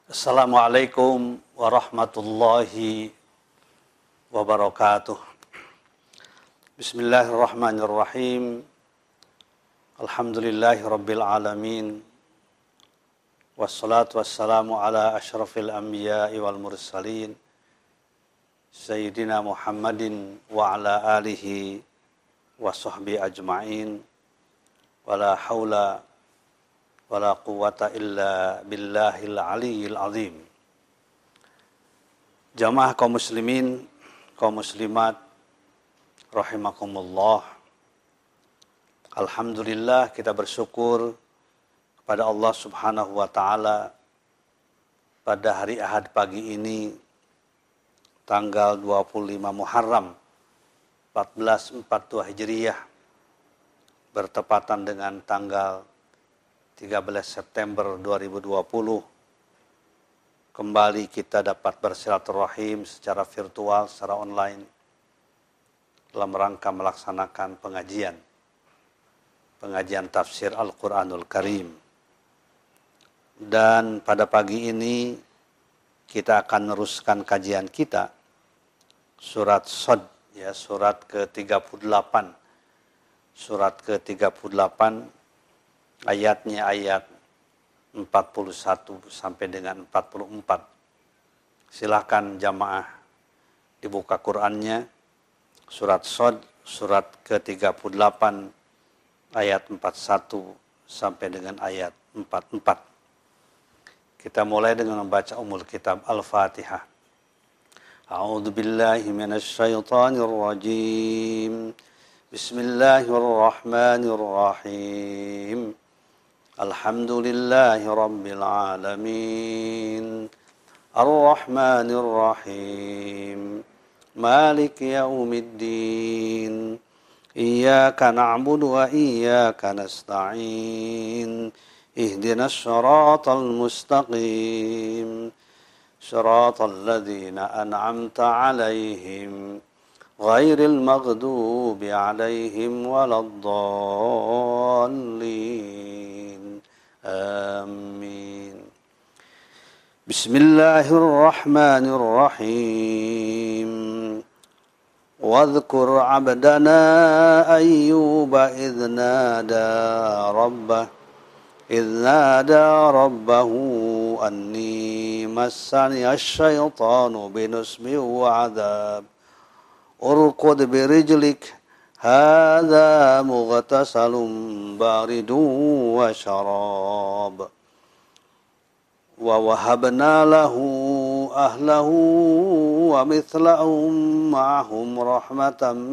Assalamualaikum warahmatullahi wabarakatuh. Bismillahirrahmanirrahim. Alhamdulillahi rabbil alamin. Wassalatu wassalamu ala asyrafil anbiya'i wal mursalin. Sayyidina Muhammadin wa ala alihi wa sahbihi ajma'in. Wala hawla wala quwwata illa billahil aliyyil azim. Jamaah kaum muslimin, kaum muslimat rahimakumullah. Alhamdulillah, kita bersyukur kepada Allah Subhanahu wa taala pada hari Ahad pagi ini tanggal 25 Muharram 1442 Hijriah bertepatan dengan tanggal 13 September 2020, kembali kita dapat bersilaturahim secara virtual, secara online, dalam rangka melaksanakan pengajian tafsir Al-Quranul Karim. Dan pada pagi ini kita akan meneruskan kajian kita, surat Shad, ya, surat ke-38. Surat ke-38, ayatnya ayat 41 sampai dengan 44. Silakan jamaah dibuka Qur'annya. Surat Shad, surat ke-38 ayat 41 sampai dengan ayat 44. Kita mulai dengan membaca Ummul Kitab Al-Fatihah. A'udzu billahi minasy syaithanir rajim. Bismillahirrahmanirrahim. Alhamdulillahi rabbil alamin. Ar-Rahmanir Rahim. Maliki yaumiddin. Iyyaka na'budu wa iyyaka nasta'in. Ihdinas shiratal mustaqim. Shiratal ladzina an'amta 'alaihim ghairil maghdubi 'alaihim waladdallin. Amin. Bismillahirrahmanirrahim. Wadhkur 'abdana Ayyuba idh nada rabbahu anni massani asy-syaitanu binusbin wa 'adzab. Urqud birijlik hadza mughtasalun baridun wa syarab. Wa wahabna lahu ahlahu wa mithlahum ma'ahum rahmatan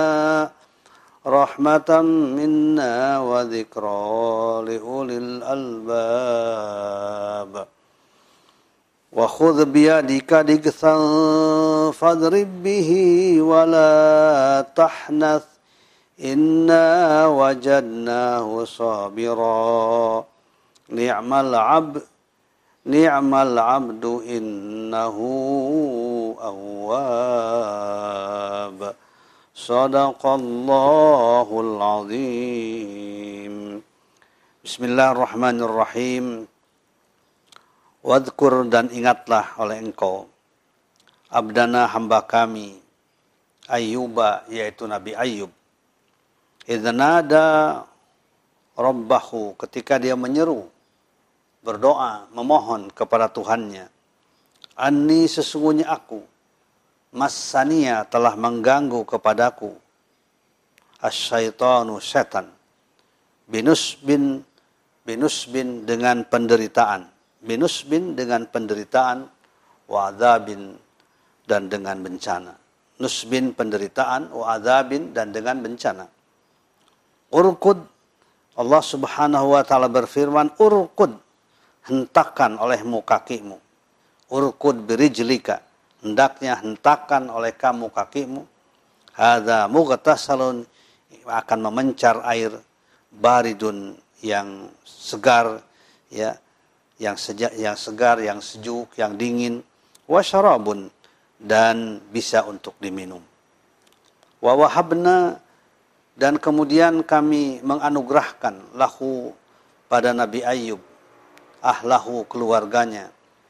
minna wa dhikra liulil albab. Wa khudh biyadika digthan fadrib bihi wa la tahnath inna wajadnahu sabira ni'mal abdu innahu awwab. Sadaqallahul azim. Bismillahirrahmanirrahim. Wadhkur, dan ingatlah oleh engkau, abdana, hamba kami, Ayyuba, yaitu Nabi Ayyub. Idznada rabbahu, ketika dia menyeru, berdoa, memohon kepada Tuhannya. Anni, sesungguhnya aku, massaniya, telah mengganggu kepadaku, asyaitanu, setan, binusbin, dengan penderitaan. Binusbin, dengan penderitaan, wa adzabin, dan dengan bencana. Nusbin, penderitaan, wa adzabin, dan dengan bencana. Urqud, Allah Subhanahu wa taala berfirman, urqud, hentakan olehmu kakimu. Urqud birijlika, hendaknya hentakan oleh kamu kakimu. Hadza mughtasalun, akan memencar air, baridun, yang segar, ya, yang segar, yang sejuk, yang dingin, wa syarabun, dan bisa untuk diminum. Wa wahabna, dan kemudian kami menganugerahkan lahu pada Nabi Ayyub, ahlahu keluarganya,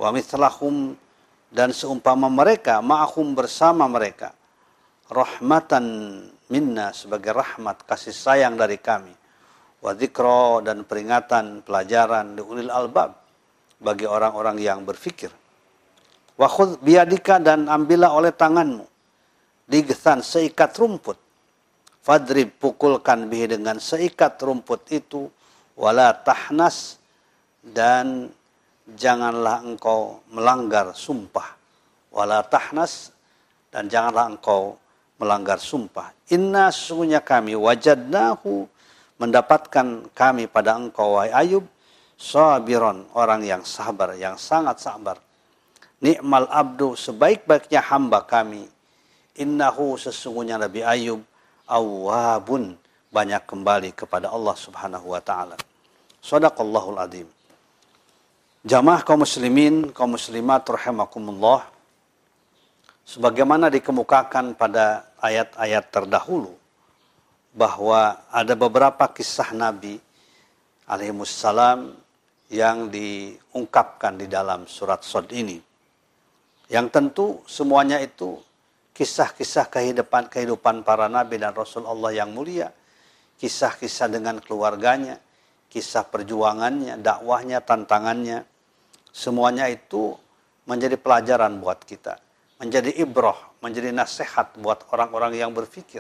wa mithlahum, dan seumpama mereka, ma'ahum bersama mereka, rahmatan minna, sebagai rahmat kasih sayang dari kami, wa dzikra, dan peringatan pelajaran li ulil albab, bagi orang-orang yang berfikir. Wa khudh biyadika, dan ambillah oleh tanganmu, digthan, seikat rumput, fadrib, pukulkan, bihi, dengan seikat rumput itu, wala tahnas, dan janganlah engkau melanggar sumpah, wala tahnas, dan janganlah engkau melanggar sumpah. Inna, sesungguhnya kami, wajadnahu, mendapatkan kami pada engkau, wahai Ayub, sabiron, orang yang sabar, yang sangat sabar. Ni'mal abdu, sebaik-baiknya hamba kami. Innahu, sesungguhnya Nabi Ayub, awwabun, banyak kembali kepada Allah Subhanahu wa taala. Shadaqallahul adzim. Jamaah kaum muslimin, kaum muslimat rahimakumullah, sebagaimana dikemukakan pada ayat-ayat terdahulu bahwa ada beberapa kisah Nabi alaihimussalam yang diungkapkan di dalam surat Shad ini. Yang tentu semuanya itu kisah-kisah kehidupan para nabi dan rasul Allah yang mulia, kisah-kisah dengan keluarganya, kisah perjuangannya, dakwahnya, tantangannya. Semuanya itu menjadi pelajaran buat kita, menjadi ibrah, menjadi nasihat buat orang-orang yang berfikir.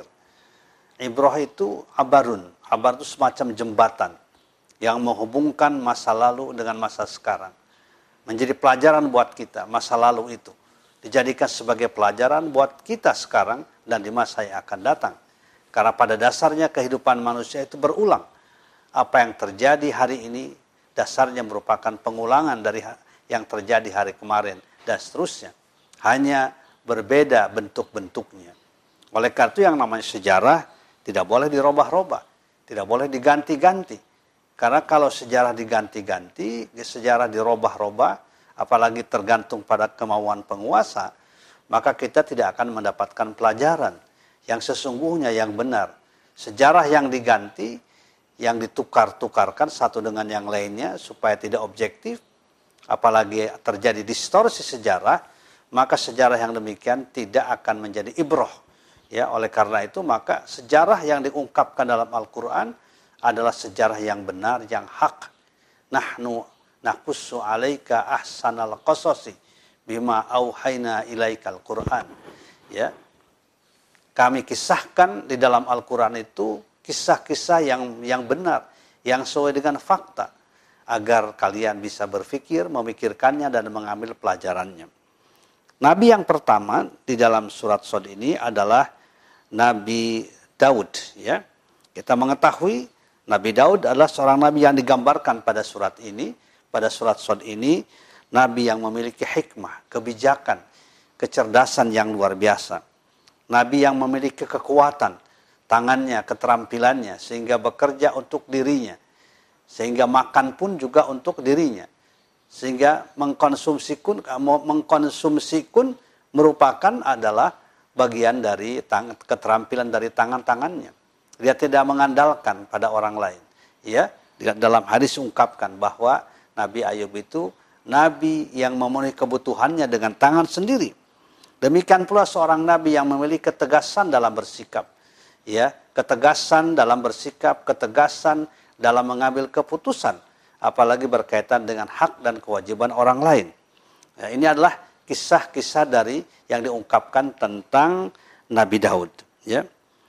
Ibrah itu abarun, abar itu semacam jembatan yang menghubungkan masa lalu dengan masa sekarang. Menjadi pelajaran buat kita, masa lalu itu dijadikan sebagai pelajaran buat kita sekarang dan di masa yang akan datang. Karena pada dasarnya kehidupan manusia itu berulang. Apa yang terjadi hari ini dasarnya merupakan pengulangan dari yang terjadi hari kemarin dan seterusnya. Hanya berbeda bentuk-bentuknya. Oleh karena itu yang namanya sejarah tidak boleh dirubah-rubah, tidak boleh diganti-ganti. Karena kalau sejarah diganti-ganti, sejarah dirubah-rubah, apalagi tergantung pada kemauan penguasa, maka kita tidak akan mendapatkan pelajaran yang sesungguhnya yang benar. Sejarah yang diganti, yang ditukar-tukarkan satu dengan yang lainnya supaya tidak objektif, apalagi terjadi distorsi sejarah, maka sejarah yang demikian tidak akan menjadi ibrah. Ya, oleh karena itu maka sejarah yang diungkapkan dalam Al-Quran adalah sejarah yang benar, yang hak. Nahnu naqussu alaika ahsanal qasasi bima auhayna ilaikal Quran. Ya. Kami kisahkan di dalam Al-Quran itu kisah-kisah yang benar, yang sesuai dengan fakta, agar kalian bisa berpikir, memikirkannya, dan mengambil pelajarannya. Nabi yang pertama di dalam surat Shad ini adalah Nabi Daud. Ya. Kita mengetahui Nabi Daud adalah seorang nabi yang digambarkan pada surat ini. Pada surat Shad ini, nabi yang memiliki hikmah, kebijakan, kecerdasan yang luar biasa. Nabi yang memiliki kekuatan, tangannya, keterampilannya, sehingga bekerja untuk dirinya. Sehingga makan pun juga untuk dirinya. Sehingga mengkonsumsi kun merupakan adalah bagian dari keterampilan dari tangan-tangannya. Dia tidak mengandalkan pada orang lain. Ya, dalam hadis ungkapkan bahwa Nabi Ayub itu nabi yang memenuhi kebutuhannya dengan tangan sendiri. Demikian pula seorang nabi yang memiliki ketegasan dalam bersikap. Ya, ketegasan dalam bersikap, ketegasan dalam mengambil keputusan, apalagi berkaitan dengan hak dan kewajiban orang lain. Ya, ini adalah kisah-kisah dari yang diungkapkan tentang Nabi Daud. Ya.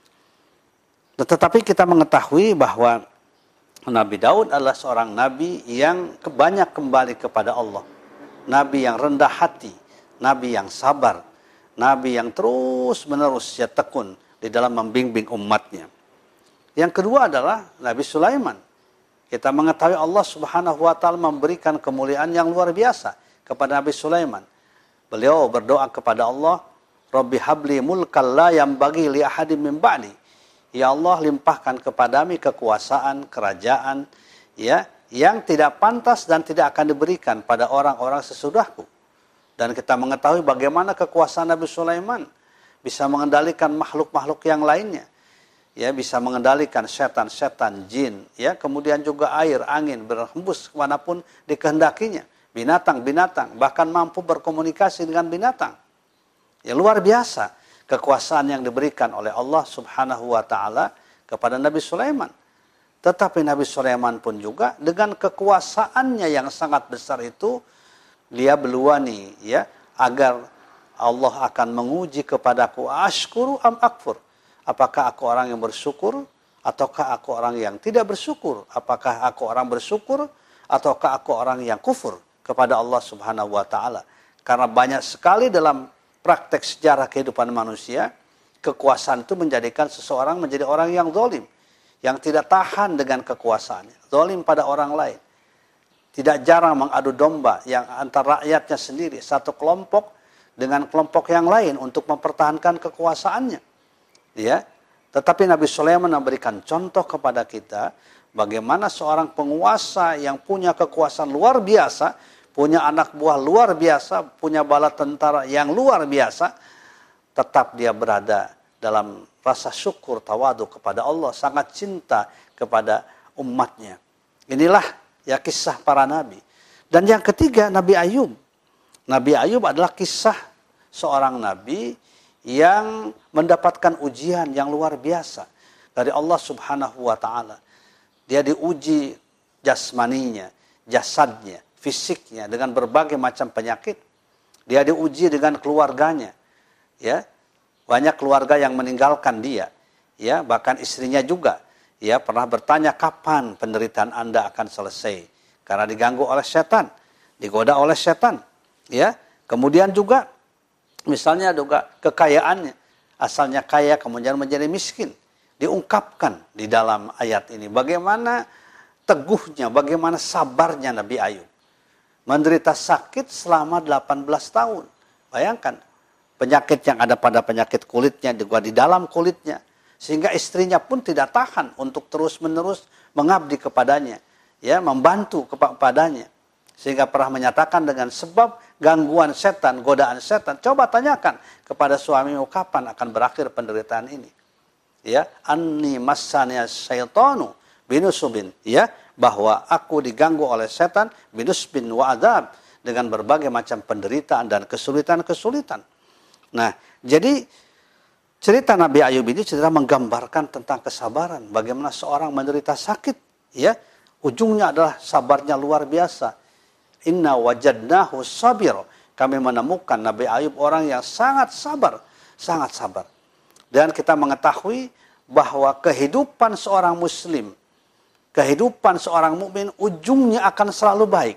Tetapi kita mengetahui bahwa Nabi Daud adalah seorang nabi yang banyak kembali kepada Allah. Nabi yang rendah hati, nabi yang sabar, nabi yang terus-menerus tekun di dalam membimbing umatnya. Yang kedua adalah Nabi Sulaiman. Kita mengetahui Allah Subhanahu wa taala memberikan kemuliaan yang luar biasa kepada Nabi Sulaiman. Beliau berdoa kepada Allah, Rabbi habli mulkal la yambaghi li ahadin min ba'di. Ya Allah, limpahkan kepadamu kekuasaan, kerajaan, ya, yang tidak pantas dan tidak akan diberikan pada orang-orang sesudahku. Dan kita mengetahui bagaimana kekuasaan Nabi Sulaiman bisa mengendalikan makhluk-makhluk yang lainnya. Ya, bisa mengendalikan setan-setan, jin, ya, kemudian juga air, angin berhembus kemanapun dikehendakinya. binatang-binatang, bahkan mampu berkomunikasi dengan binatang. Ya, luar biasa kekuasaan yang diberikan oleh Allah Subhanahu wa taala kepada Nabi Sulaiman. Tetapi Nabi Sulaiman pun juga dengan kekuasaannya yang sangat besar itu, dia berluani ya, agar Allah akan menguji kepadaku, ashkuru am akfur. Apakah aku orang yang bersyukur ataukah aku orang yang tidak bersyukur? Apakah aku orang bersyukur ataukah aku orang yang kufur kepada Allah Subhanahu wa taala? Karena banyak sekali dalam praktek sejarah kehidupan manusia, kekuasaan itu menjadikan seseorang menjadi orang yang zalim, yang tidak tahan dengan kekuasaannya, zalim pada orang lain. Tidak jarang mengadu domba yang antara rakyatnya sendiri, satu kelompok dengan kelompok yang lain untuk mempertahankan kekuasaannya. Ya. Tetapi Nabi Sulaiman memberikan contoh kepada kita bagaimana seorang penguasa yang punya kekuasaan luar biasa, punya anak buah luar biasa, punya bala tentara yang luar biasa, tetap dia berada dalam rasa syukur tawadu kepada Allah, sangat cinta kepada umatnya. Inilah ya kisah para nabi. Dan yang ketiga, Nabi Ayub. Nabi Ayub adalah kisah seorang nabi yang mendapatkan ujian yang luar biasa dari Allah Subhanahu wa taala. Dia diuji jasmaninya, jasadnya, fisiknya dengan berbagai macam penyakit. Dia diuji dengan keluarganya. Ya. Banyak keluarga yang meninggalkan dia. Ya, bahkan istrinya juga ya pernah bertanya, kapan penderitaan Anda akan selesai? Karena diganggu oleh setan, digoda oleh setan. Ya, kemudian juga misalnya juga kekayaannya, asalnya kaya kemudian menjadi miskin, diungkapkan di dalam ayat ini. Bagaimana teguhnya, bagaimana sabarnya Nabi Ayub. Menderita sakit selama 18 tahun. Bayangkan, penyakit yang ada pada penyakit kulitnya juga di dalam kulitnya. Sehingga istrinya pun tidak tahan untuk terus-menerus mengabdi kepadanya. Ya, membantu kepadanya. Sehingga pernah menyatakan dengan sebab gangguan setan, godaan setan, coba tanyakan kepada suamimu kapan akan berakhir penderitaan ini. Ya, anni massaniya syaitanu binusubin, ya, bahwa aku diganggu oleh setan binusbin wa adzab, dengan berbagai macam penderitaan dan kesulitan-kesulitan. Nah, jadi cerita Nabi Ayub ini cerita menggambarkan tentang kesabaran, bagaimana seorang menderita sakit, ya, ujungnya adalah sabarnya luar biasa. Inna wajadnahu sabir. Kami menemukan Nabi Ayub orang yang sangat sabar. Sangat sabar. Dan kita mengetahui bahwa kehidupan seorang muslim, kehidupan seorang mukmin ujungnya akan selalu baik.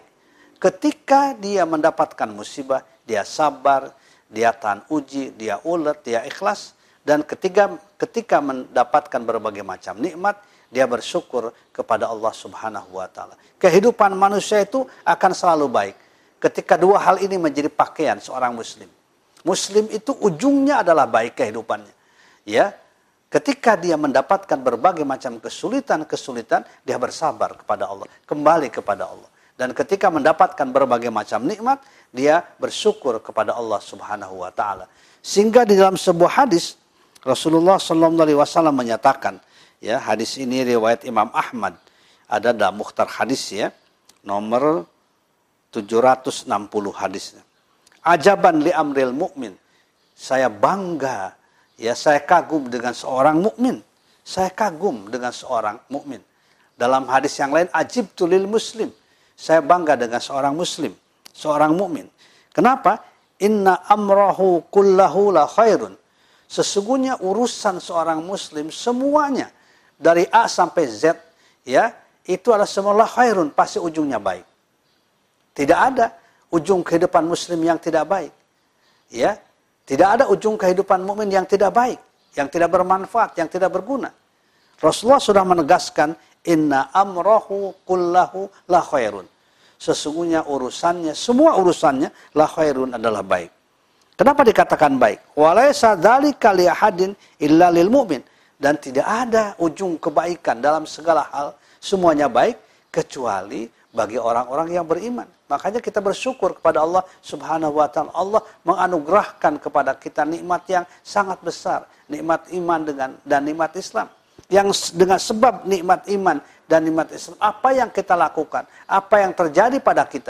Ketika dia mendapatkan musibah, dia sabar, dia tahan uji, dia ulet, dia ikhlas. Dan ketika mendapatkan berbagai macam nikmat, dia bersyukur kepada Allah Subhanahu wa taala. Kehidupan manusia itu akan selalu baik ketika dua hal ini menjadi pakaian seorang muslim. Muslim itu ujungnya adalah baik kehidupannya. Ya, ketika dia mendapatkan berbagai macam kesulitan-kesulitan, dia bersabar kepada Allah, kembali kepada Allah. Dan ketika mendapatkan berbagai macam nikmat, dia bersyukur kepada Allah Subhanahu wa taala. Sehingga di dalam sebuah hadis Rasulullah sallallahu alaihi wasallam menyatakan, ya, hadis ini riwayat Imam Ahmad, ada dalam Mukhtar hadis, ya, nomor 760 hadisnya. Ajaban li amril mukmin. Saya bangga, ya, saya kagum dengan seorang mukmin. Saya kagum dengan seorang mukmin. Dalam hadis yang lain, ajibtu lil muslim. Saya bangga dengan seorang muslim, seorang mukmin. Kenapa? Inna amrahu kullahu la khairun. Sesungguhnya urusan seorang muslim semuanya dari A sampai Z, ya, itu adalah semua khairun, pasti ujungnya baik. Tidak ada ujung kehidupan muslim yang tidak baik. Ya, tidak ada ujung kehidupan mukmin yang tidak baik, yang tidak bermanfaat, yang tidak berguna. Rasulullah sudah menegaskan, inna amrahu kullahu la khairun. Sesungguhnya urusannya, semua urusannya la khairun adalah baik. Kenapa dikatakan baik? Walaysa dzalika li ahadin illa lil mu'min. Dan tidak ada ujung kebaikan dalam segala hal, semuanya baik kecuali bagi orang-orang yang beriman. Makanya kita bersyukur kepada Allah Subhanahu wa taala. Allah menganugerahkan kepada kita nikmat yang sangat besar, nikmat iman dan nikmat Islam. Yang dengan sebab nikmat iman dan nikmat Islam, apa yang kita lakukan, apa yang terjadi pada kita,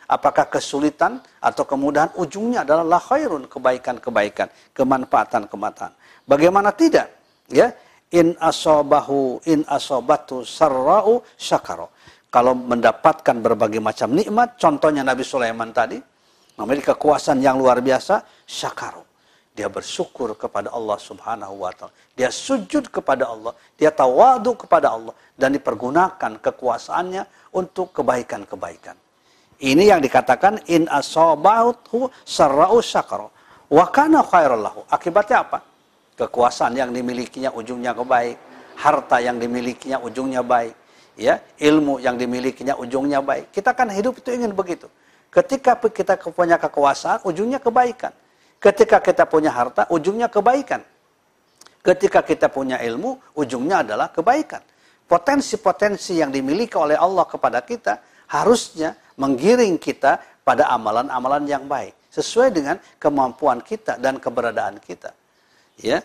apakah kesulitan atau kemudahan, ujungnya adalah la khairun, kebaikan-kebaikan, kemanfaatan-kemanfaatan. Bagaimana tidak? Ya, in asobatu sarra'u syakaro. Kalau mendapatkan berbagai macam nikmat, contohnya Nabi Sulaiman tadi, memiliki kekuasaan yang luar biasa, syakaro. Dia bersyukur kepada Allah Subhanahu wa taala. Dia sujud kepada Allah, dia tawadu kepada Allah dan dipergunakan kekuasaannya untuk kebaikan-kebaikan. Ini yang dikatakan in asabahu sarra'u syakara wa kana khairal lahu. Akibatnya apa? Kekuasaan yang dimilikinya ujungnya kebaik, harta yang dimilikinya ujungnya baik, ya, ilmu yang dimilikinya ujungnya baik. Kita kan hidup itu ingin begitu. Ketika kita punya kekuasaan, ujungnya kebaikan. Ketika kita punya harta, ujungnya kebaikan. Ketika kita punya ilmu, ujungnya adalah kebaikan. Potensi-potensi yang dimiliki oleh Allah kepada kita harusnya menggiring kita pada amalan-amalan yang baik. Sesuai dengan kemampuan kita dan keberadaan kita. Ya.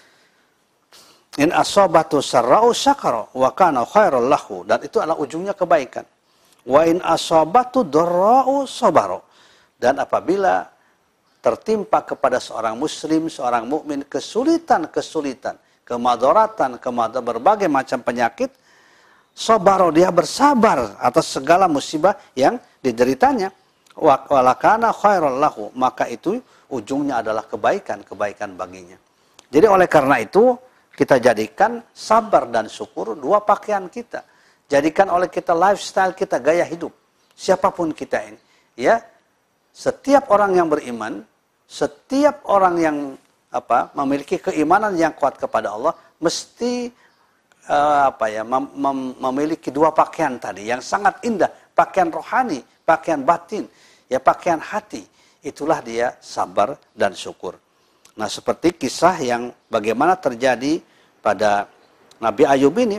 In asabatu sarra'u syakara wa kana khairal lahu. Dan itu adalah ujungnya kebaikan. Wa in asabatu dharra'u sabara. Dan apabila tertimpa kepada seorang muslim, seorang mukmin kesulitan-kesulitan, kemadharatan, berbagai macam penyakit, sabaro, dia bersabar atas segala musibah yang dideritanya. Walakana khairal lahu, maka itu ujungnya adalah kebaikan baginya. Jadi oleh karena itu kita jadikan sabar dan syukur dua pakaian kita. Jadikan oleh kita lifestyle kita, gaya hidup. Siapapun kita ini, ya. Setiap orang yang beriman, setiap orang yang memiliki keimanan yang kuat kepada Allah mesti memiliki dua pakaian tadi yang sangat indah, pakaian rohani, pakaian batin, ya pakaian hati. Itulah dia sabar dan syukur. Nah, seperti kisah yang bagaimana terjadi pada Nabi Ayub ini,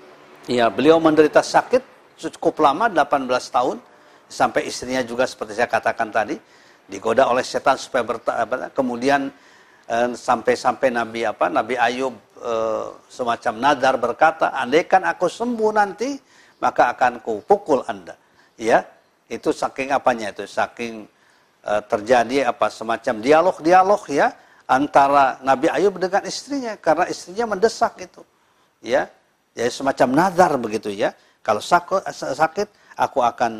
ya beliau menderita sakit cukup lama, 18 tahun. Sampai istrinya juga seperti saya katakan tadi digoda oleh setan supaya kemudian sampai Nabi Ayub semacam nadar berkata, andaikan aku sembuh nanti maka akan kupukul Anda. Ya, itu saking saking terjadi semacam dialog ya antara Nabi Ayub dengan istrinya karena istrinya mendesak itu. Ya, jadi semacam nadar begitu ya. Kalau sakit aku akan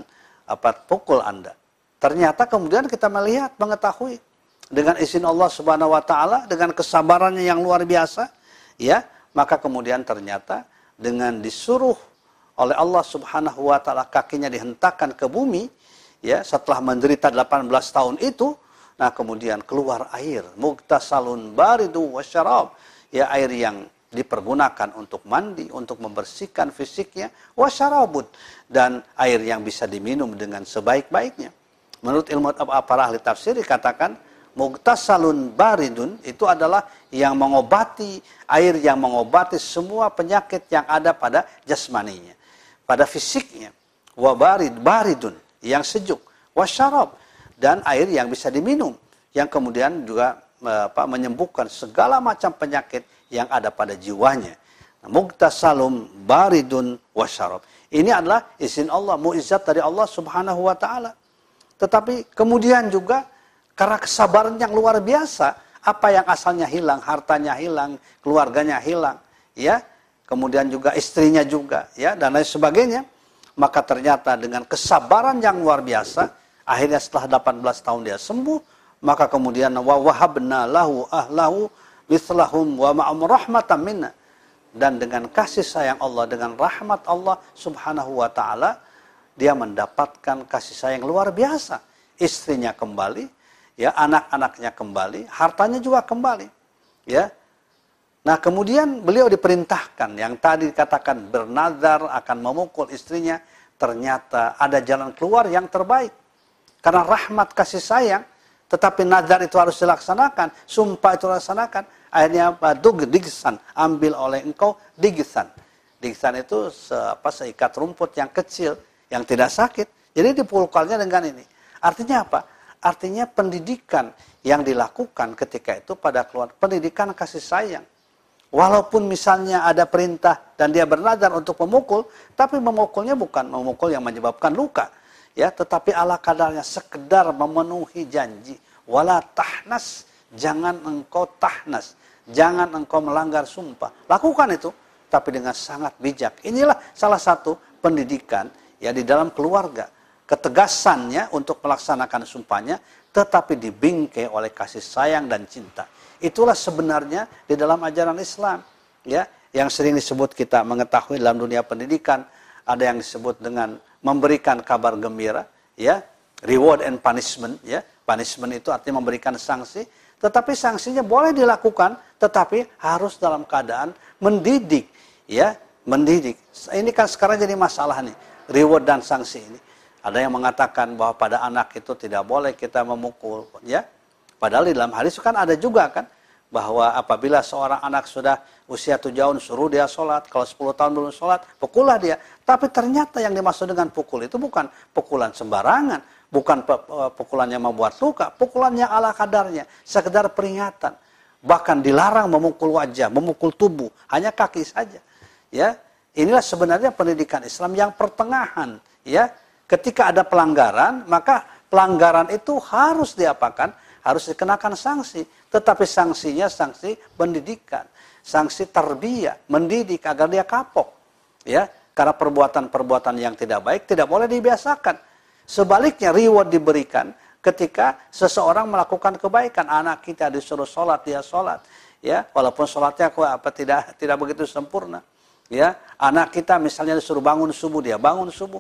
pukul Anda. Ternyata kemudian kita mengetahui dengan izin Allah Subhanahu wa taala, dengan kesabarannya yang luar biasa, ya, maka kemudian ternyata dengan disuruh oleh Allah Subhanahu wa taala kakinya dihentakkan ke bumi, ya, setelah menderita 18 tahun itu, nah kemudian keluar air, mugtasalun baridu wasyarab, ya, air yang dipergunakan untuk mandi, untuk membersihkan fisiknya, wasyarabun, dan air yang bisa diminum dengan sebaik-baiknya. Menurut ilmu para ahli tafsir dikatakan mugtasalun baridun itu adalah yang mengobati, air yang mengobati semua penyakit yang ada pada jasmaninya, pada fisiknya. Wa baridun yang sejuk, wasyarab, dan air yang bisa diminum, yang kemudian juga menyembuhkan segala macam penyakit yang ada pada jiwanya. Mugtasalum baridun wasyarab. Ini adalah izin Allah, mu'izat dari Allah Subhanahu wa taala. Tetapi kemudian juga karena kesabaran yang luar biasa, apa yang asalnya hilang, hartanya hilang, keluarganya hilang, ya. Kemudian juga istrinya juga, ya, dan lain sebagainya. Maka ternyata dengan kesabaran yang luar biasa, akhirnya setelah 18 tahun dia sembuh, maka kemudian wa wahabna lahu ahlahu mithlahum wa ma'am rahmatan minna. Dan dengan kasih sayang Allah, dengan rahmat Allah Subhanahu wa taala, dia mendapatkan kasih sayang luar biasa. Istrinya kembali, ya, anak-anaknya kembali, hartanya juga kembali, ya. Nah, kemudian beliau diperintahkan yang tadi dikatakan bernazar akan memukul istrinya, ternyata ada jalan keluar yang terbaik. Karena rahmat kasih sayang, tetapi nazar itu harus dilaksanakan, sumpah itu dilaksanakan. Akhirnya digsan, ambil oleh engkau digsan. Digsan itu seikat rumput yang kecil, yang tidak sakit. Jadi dipukulnya dengan ini. Artinya apa? Artinya pendidikan yang dilakukan ketika itu pada keluarga, pendidikan kasih sayang. Walaupun misalnya ada perintah dan dia bernazar untuk memukul, tapi memukulnya bukan memukul yang menyebabkan luka. ya, tetapi ala kadarnya, sekedar memenuhi janji. Wala tahnas, jangan engkau tahnas, jangan engkau melanggar sumpah. Lakukan itu, tapi dengan sangat bijak. Inilah salah satu pendidikan ya di dalam keluarga. Ketegasannya untuk melaksanakan sumpahnya, tetapi dibingkai oleh kasih sayang dan cinta. Itulah sebenarnya di dalam ajaran Islam, ya, yang sering disebut kita mengetahui dalam dunia pendidikan, ada yang disebut dengan memberikan kabar gembira, ya, reward and punishment, ya. Punishment itu artinya memberikan sanksi, tetapi sanksinya boleh dilakukan, tetapi harus dalam keadaan mendidik, ya, mendidik. Ini kan sekarang jadi masalah nih, reward dan sanksi ini. Ada yang mengatakan bahwa pada anak itu tidak boleh kita memukul, ya. Padahal di dalam hadis kan ada juga kan, bahwa apabila seorang anak sudah usia 7 tahun, suruh dia sholat. Kalau 10 tahun belum sholat, pukullah dia. Tapi ternyata yang dimaksud dengan pukul itu bukan pukulan sembarangan, bukan pukulan yang membuat luka, pukulan yang ala kadarnya, sekedar peringatan. Bahkan dilarang memukul wajah, memukul tubuh, hanya kaki saja. Ya, inilah sebenarnya pendidikan Islam yang pertengahan, ya. Ketika ada pelanggaran, maka pelanggaran itu harus diapakan? Harus dikenakan sanksi. Tetapi sanksinya sanksi pendidikan. Sanksi tarbiyah, mendidik agar dia kapok. Ya, karena perbuatan-perbuatan yang tidak baik tidak boleh dibiasakan. Sebaliknya reward diberikan ketika seseorang melakukan kebaikan. Anak kita disuruh sholat, dia sholat. Ya, walaupun sholatnya tidak begitu sempurna. Ya, anak kita misalnya disuruh bangun subuh, dia bangun subuh.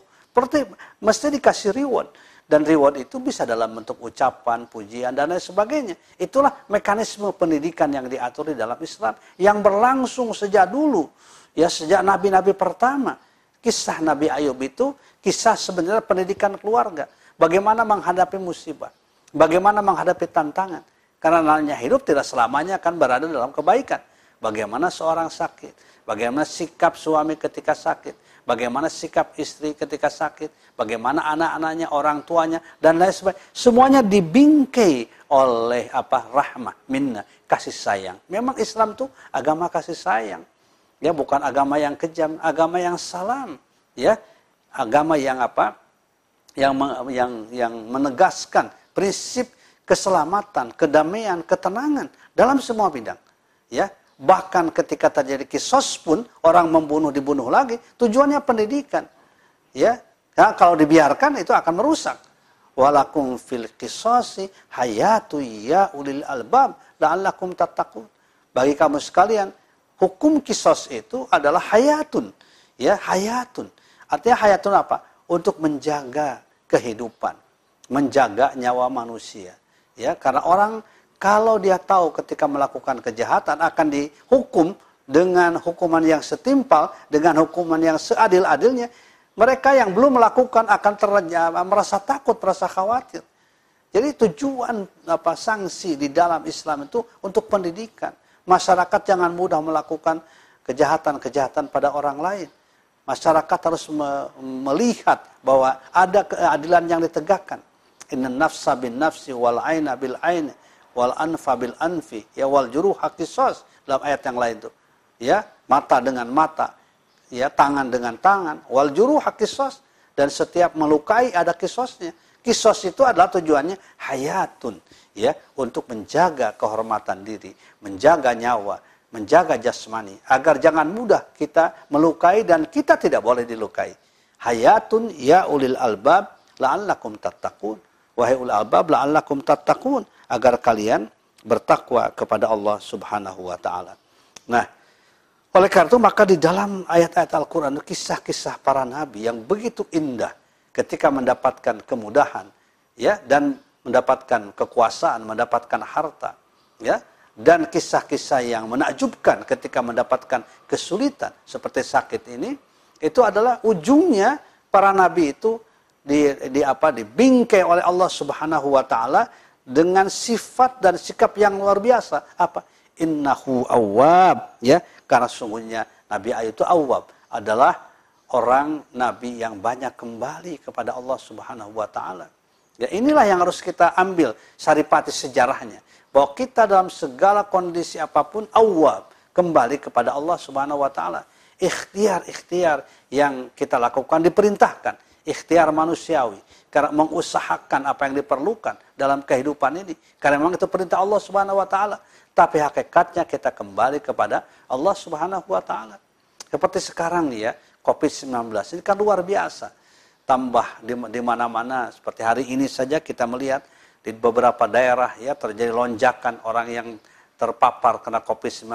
Mesti dikasih reward. Dan reward itu bisa dalam bentuk ucapan, pujian, dan lain sebagainya. Itulah mekanisme pendidikan yang diatur di dalam Islam. Yang berlangsung sejak dulu. Ya, sejak nabi-nabi pertama. Kisah Nabi Ayub itu, kisah sebenarnya pendidikan keluarga. Bagaimana menghadapi musibah. Bagaimana menghadapi tantangan. Karena namanya hidup tidak selamanya akan berada dalam kebaikan. Bagaimana seorang sakit. Bagaimana sikap suami ketika sakit. Bagaimana sikap istri ketika sakit, bagaimana anak-anaknya, orang tuanya, dan lain sebagainya. Semuanya dibingkai oleh rahmah, minna, kasih sayang. Memang Islam itu agama kasih sayang. Ya, bukan agama yang kejam, agama yang salam. Ya, agama yang yang menegaskan prinsip keselamatan, kedamaian, ketenangan dalam semua bidang. Ya. Bahkan ketika terjadi kisos pun, orang membunuh dibunuh lagi, tujuannya pendidikan. Ya, nah, kalau dibiarkan itu akan merusak. Walakum fil qisasi hayatu ya ulil albab la'allakum tattaqun. Bagi kamu sekalian, hukum kisos itu adalah hayatun. Ya, hayatun. Artinya hayatun apa? Untuk menjaga kehidupan, menjaga nyawa manusia. Ya, karena orang kalau dia tahu ketika melakukan kejahatan akan dihukum dengan hukuman yang setimpal, dengan hukuman yang seadil-adilnya, mereka yang belum melakukan akan merasa takut, merasa khawatir. Jadi tujuan sanksi di dalam Islam itu untuk pendidikan. Masyarakat jangan mudah melakukan kejahatan-kejahatan pada orang lain. Masyarakat harus melihat bahwa ada keadilan yang ditegakkan. Inna nafsa bin nafsi wal aina bil aini wal anfa bil anfi, ya wal juruha qisas, dalam ayat yang lain itu. Ya, mata dengan mata, ya, tangan dengan tangan, wal juruha qisas, dan setiap melukai ada qisasnya. Qisas itu adalah tujuannya hayatun, ya, untuk menjaga kehormatan diri, menjaga nyawa, menjaga jasmani, agar jangan mudah kita melukai dan kita tidak boleh dilukai. Hayatun ya ulil albab la'allakum tattaqun. Wahai ulil albab la'allakum tattaqun, agar kalian bertakwa kepada Allah Subhanahu wa taala. Nah, oleh karena itu maka di dalam ayat-ayat Al-Qur'an kisah-kisah para nabi yang begitu indah ketika mendapatkan kemudahan, ya, dan mendapatkan kekuasaan, mendapatkan harta, ya, dan kisah-kisah yang menakjubkan ketika mendapatkan kesulitan seperti sakit ini, itu adalah ujungnya para nabi itu dibingkai oleh Allah Subhanahu wa taala dengan sifat dan sikap yang luar biasa. Apa? Innahu awwab, ya, karena sungguhnya Nabi Ayub itu awwab, adalah orang nabi yang banyak kembali kepada Allah Subhanahu wa taala. Ya, inilah yang harus kita ambil saripati sejarahnya, bahwa kita dalam segala kondisi apapun awwab, kembali kepada Allah Subhanahu wa taala. Ikhtiar yang kita lakukan diperintahkan. ikhtiar manusiawi, karena mengusahakan apa yang diperlukan dalam kehidupan ini, karena memang itu perintah Allah Subhanahu wa taala. Tapi hakikatnya kita kembali kepada Allah Subhanahu wa taala. Seperti sekarang nih ya, COVID-19 ini kan luar biasa. Tambah di mana-mana, seperti hari ini saja kita melihat di beberapa daerah ya terjadi lonjakan orang yang terpapar kena COVID-19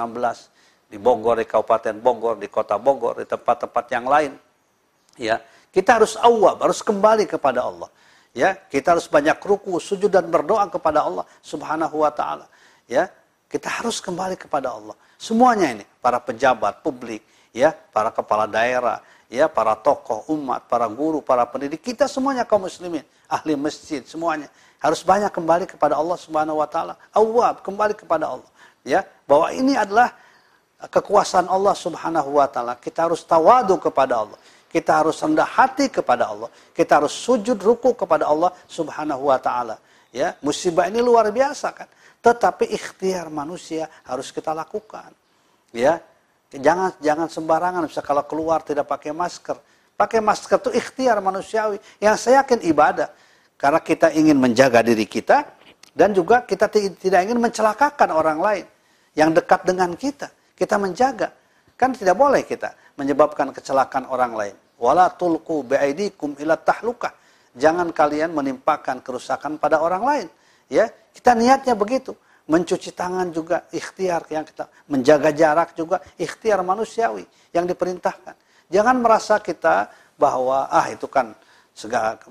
di Bogor, di Kabupaten Bogor, di Kota Bogor, di tempat-tempat yang lain. Ya, kita harus awwab, harus kembali kepada Allah. Ya, kita harus banyak ruku, sujud dan berdoa kepada Allah Subhanahu wa taala. Ya, kita harus kembali kepada Allah. Semuanya ini, para pejabat publik, ya, para kepala daerah, ya, para tokoh umat, para guru, para pendidik, kita semuanya kaum muslimin, ahli masjid, semuanya harus banyak kembali kepada Allah Subhanahu wa taala. Awwab, kembali kepada Allah. Ya, bahwa ini adalah kekuasaan Allah Subhanahu wa taala. Kita harus tawadu kepada Allah. Kita harus rendah hati kepada Allah. Kita harus sujud ruku kepada Allah Subhanahu wa taala. Ya, musibah ini luar biasa kan. Tetapi ikhtiar manusia harus kita lakukan. Ya, jangan sembarangan. Bisa kalau keluar tidak pakai masker. Pakai masker itu ikhtiar manusiawi. Yang saya yakin ibadah. Karena kita ingin menjaga diri kita. Dan juga kita tidak ingin mencelakakan orang lain. Yang dekat dengan kita. Kita menjaga. Kan tidak boleh kita menyebabkan kecelakaan orang lain. Wala tulqu bi'aidikum ila tahlukah. Jangan kalian menimpakan kerusakan pada orang lain. Ya, kita niatnya begitu. Mencuci tangan juga ikhtiar yang kita, menjaga jarak juga ikhtiar manusiawi yang diperintahkan. Jangan merasa kita bahwa itu kan segala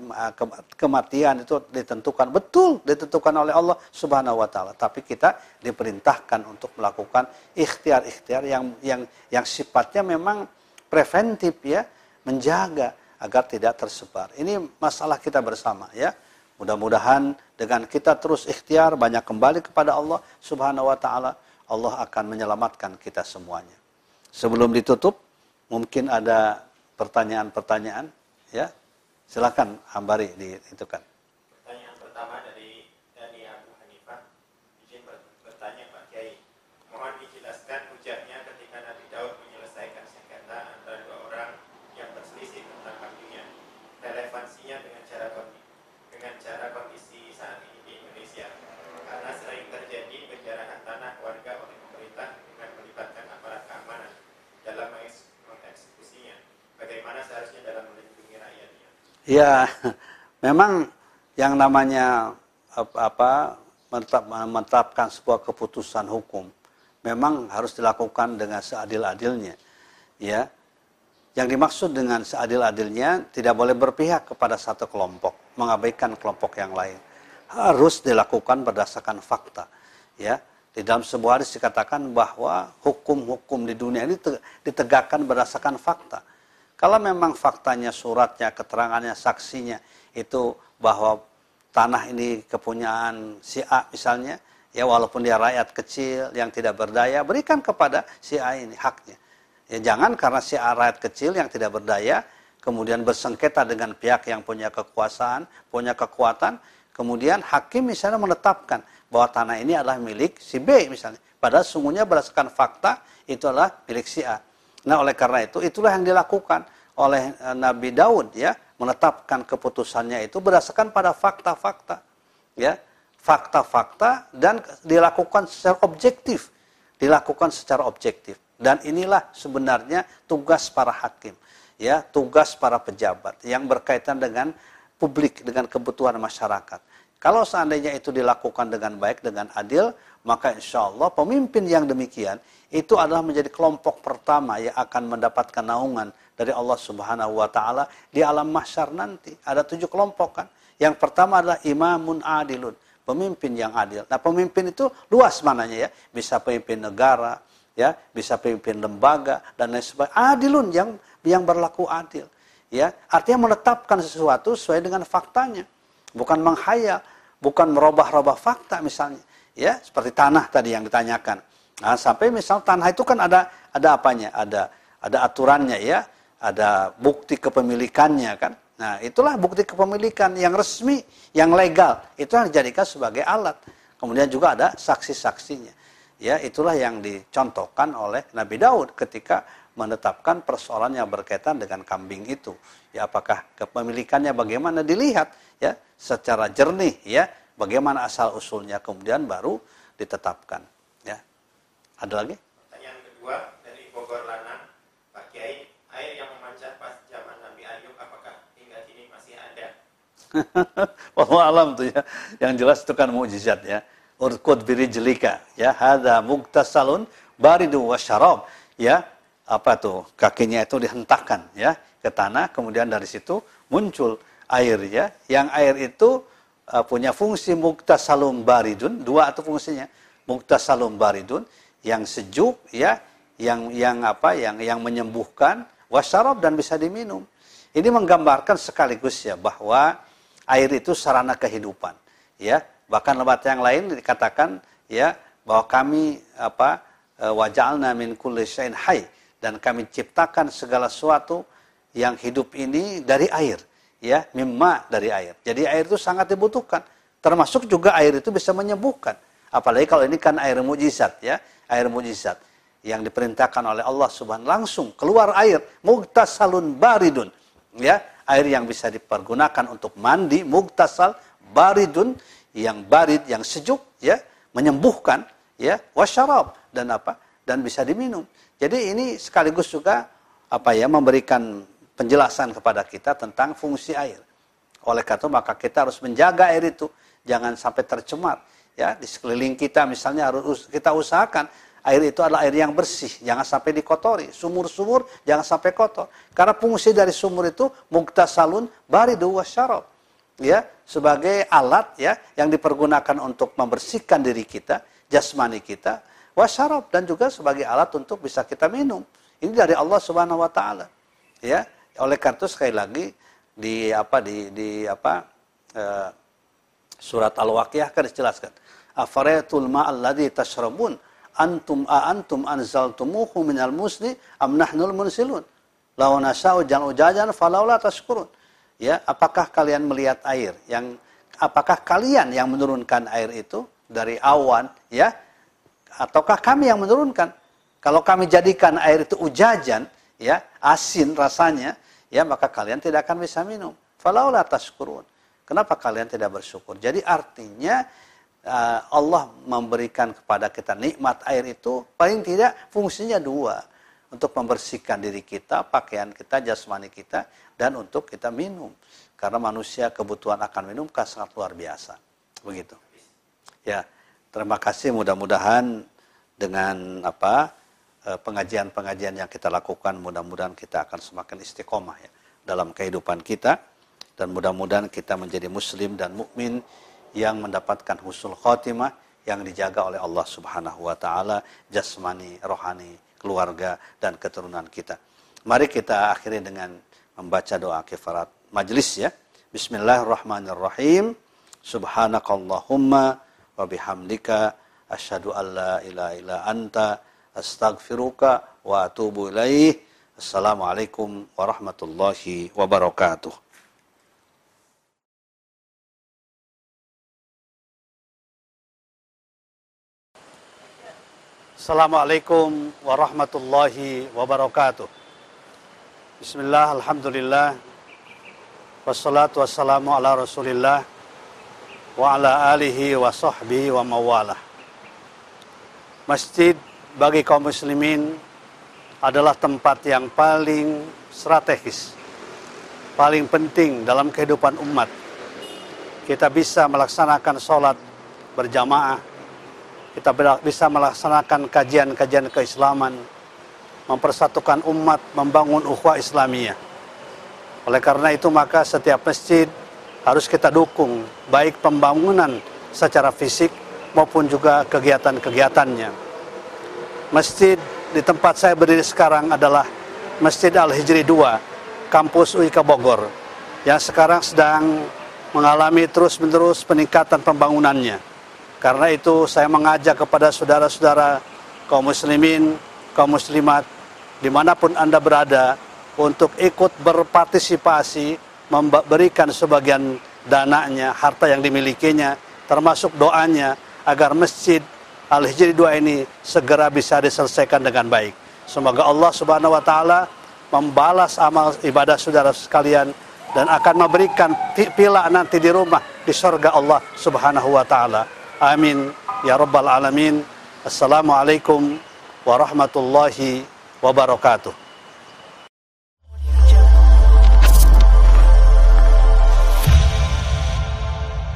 kematian itu ditentukan, betul ditentukan oleh Allah Subhanahu wa taala, tapi kita diperintahkan untuk melakukan ikhtiar-ikhtiar yang sifatnya memang preventif ya, menjaga agar tidak tersebar. Ini masalah kita bersama ya. Mudah-mudahan dengan kita terus ikhtiar, banyak kembali kepada Allah Subhanahu wa taala, Allah akan menyelamatkan kita semuanya. Sebelum ditutup, mungkin ada pertanyaan-pertanyaan ya. Silakan Hambari dihitungkan. Pertanyaan pertama dari Abu Hanifah, izin bertanya Pak Kiai. Mohon dijelaskan ujarnya ketika Nabi Daud menyelesaikan sengketa antara dua orang yang berselisih tentang waktunya. Relevansinya dengan cara kondisi saat ini di Indonesia. Karena sering terjadi penjarahan tanah warga oleh pemerintah dengan melibatkan aparat keamanan dalam mengeksekusinya. Bagaimana seharusnya dalam melindungi rakyatnya? Ya, memang yang namanya menetapkan sebuah keputusan hukum memang harus dilakukan dengan seadil-adilnya. Ya, yang dimaksud dengan seadil-adilnya tidak boleh berpihak kepada satu kelompok, mengabaikan kelompok yang lain. Harus dilakukan berdasarkan fakta. Ya, di dalam sebuah hadis dikatakan bahwa hukum-hukum di dunia ini ditegakkan berdasarkan fakta. Kalau memang faktanya, suratnya, keterangannya, saksinya itu bahwa tanah ini kepunyaan si A misalnya, ya walaupun dia rakyat kecil yang tidak berdaya, berikan kepada si A ini haknya. Ya jangan karena si A rakyat kecil yang tidak berdaya, kemudian bersengketa dengan pihak yang punya kekuasaan, punya kekuatan, kemudian hakim misalnya menetapkan bahwa tanah ini adalah milik si B misalnya. Padahal sungguhnya berdasarkan fakta itu adalah milik si A. Nah, oleh karena itu, itulah yang dilakukan oleh Nabi Daud, ya, menetapkan keputusannya itu berdasarkan pada fakta-fakta, ya, fakta-fakta dan dilakukan secara objektif, Dan inilah sebenarnya tugas para hakim, ya, tugas para pejabat yang berkaitan dengan publik, dengan kebutuhan masyarakat. Kalau seandainya itu dilakukan dengan baik, dengan adil, maka insya Allah pemimpin yang demikian itu adalah menjadi kelompok pertama yang akan mendapatkan naungan dari Allah Subhanahu wa taala di alam mahsyar nanti. Ada 7 kelompok kan. Yang pertama adalah imamun adilun, pemimpin yang adil. Nah, pemimpin itu luas mananya ya. Bisa pemimpin negara, ya, bisa pemimpin lembaga dan lain sebagainya. Adilun yang berlaku adil. Ya, artinya menetapkan sesuatu sesuai dengan faktanya. Bukan menghayal, bukan merubah-rubah fakta misalnya. Ya, seperti tanah tadi yang ditanyakan. Nah, sampai misal tanah itu kan ada apanya? Ada aturannya ya, ada bukti kepemilikannya kan. Nah, itulah bukti kepemilikan yang resmi, yang legal. Itu yang dijadikan sebagai alat. Kemudian juga ada saksi-saksinya. Ya, itulah yang dicontohkan oleh Nabi Daud ketika menetapkan persoalan yang berkaitan dengan kambing itu. Ya, apakah kepemilikannya bagaimana dilihat ya secara jernih ya, bagaimana asal usulnya, kemudian baru ditetapkan ya. Ada lagi? Pertanyaan kedua dari Bogor Lanang, Pak Kiai, air yang memancar pas zaman Nabi Ayub apakah hingga kini masih ada? Wallahu alam tuh ya. Yang jelas itu kan mukjizat ya. Urkud birijlika ya, hadza mugtasalun baridu wasyarab ya. Apa tuh? Kakinya itu dihentakkan ya ke tanah, kemudian dari situ muncul air ya. Yang air itu punya fungsi mugtasalun baridun, dua itu fungsinya. Mugtasalun baridun, yang sejuk ya, yang menyembuhkan, wasyarab, dan bisa diminum. Ini menggambarkan sekaligus ya bahwa air itu sarana kehidupan ya. Bahkan lewat yang lain dikatakan ya bahwa kami waja'alna min kulli syai'in hayy, dan kami ciptakan segala sesuatu yang hidup ini dari air ya, mimma, dari air. Jadi air itu sangat dibutuhkan, termasuk juga air itu bisa menyembuhkan. Apalagi kalau ini kan air mukjizat ya, air mukjizat yang diperintahkan oleh Allah Subhanahu, langsung keluar air mugtasalun baridun ya, air yang bisa dipergunakan untuk mandi, mugtasal, baridun, yang barid, yang sejuk ya, menyembuhkan ya, wasyarab, dan bisa diminum. Jadi ini sekaligus juga memberikan penjelasan kepada kita tentang fungsi air. Oleh karena itu maka kita harus menjaga air itu jangan sampai tercemar ya. Di sekeliling kita misalnya harus kita usahakan air itu adalah air yang bersih, jangan sampai dikotori. Sumur-sumur jangan sampai kotor. Karena fungsi dari sumur itu mugtasalun baridu wasyarab ya, sebagai alat ya yang dipergunakan untuk membersihkan diri kita, jasmani kita, wasyarab, dan juga sebagai alat untuk bisa kita minum. Ini dari Allah Subhanahu wa taala. Ya, oleh karena itu sekali lagi surat Al-Waqiah kan dijelaskan. Afara'aytul ma'al ladzi tashrabun antum anzaltumuhu minal musli am nahnul munsilun. Law nasha'u jal'ujajan falawla tashkurun. Ya, apakah kalian melihat air apakah kalian yang menurunkan air itu dari awan ya? Ataukah kami yang menurunkan? Kalau kami jadikan air itu ujajan, ya, asin rasanya, ya, maka kalian tidak akan bisa minum. Falaula tashkurun. Kenapa kalian tidak bersyukur? Jadi artinya Allah memberikan kepada kita nikmat air itu paling tidak fungsinya dua. Untuk membersihkan diri kita, pakaian kita, jasmani kita, dan untuk kita minum. Karena manusia kebutuhan akan minum sangat luar biasa. Begitu. Ya. Terima kasih, mudah-mudahan dengan pengajian-pengajian yang kita lakukan, mudah-mudahan kita akan semakin istiqomah ya dalam kehidupan kita, dan mudah-mudahan kita menjadi muslim dan mukmin yang mendapatkan husnul khotimah yang dijaga oleh Allah Subhanahu wa taala, jasmani, rohani, keluarga, dan keturunan kita. Mari kita akhiri dengan membaca doa kifarat majelis ya. Bismillahirrahmanirrahim. Subhanakallahumma wa bihamdika asyhadu an la ilaha illa anta astaghfiruka wa atubu ilaih. Assalamualaikum warahmatullahi wabarakatuh. Assalamualaikum warahmatullahi wabarakatuh. Bismillah, alhamdulillah, wassalatu wassalamu ala rasulillah wa ala alihi wa sahbihi wa mawalah. Masjid bagi kaum muslimin adalah tempat yang paling strategis, paling penting dalam kehidupan umat. Kita bisa melaksanakan sholat berjamaah, kita bisa melaksanakan kajian-kajian keislaman, mempersatukan umat, membangun ukhuwah Islamiyah. Oleh karena itu maka setiap masjid harus kita dukung, baik pembangunan secara fisik maupun juga kegiatan-kegiatannya. Masjid di tempat saya berdiri sekarang adalah Masjid Al-Hijri II, kampus UIK Bogor, yang sekarang sedang mengalami terus-menerus peningkatan pembangunannya. Karena itu saya mengajak kepada saudara-saudara kaum muslimin, kaum muslimat, dimanapun Anda berada, untuk ikut berpartisipasi, memberikan sebagian dananya, harta yang dimilikinya, termasuk doanya, agar Masjid Al-Hijri II ini segera bisa diselesaikan dengan baik. Semoga Allah Subhanahu wa taala membalas amal ibadah saudara sekalian dan akan memberikan pila nanti di rumah di surga Allah Subhanahu wa taala. Amin ya rabbal alamin. Assalamualaikum warahmatullahi wabarakatuh.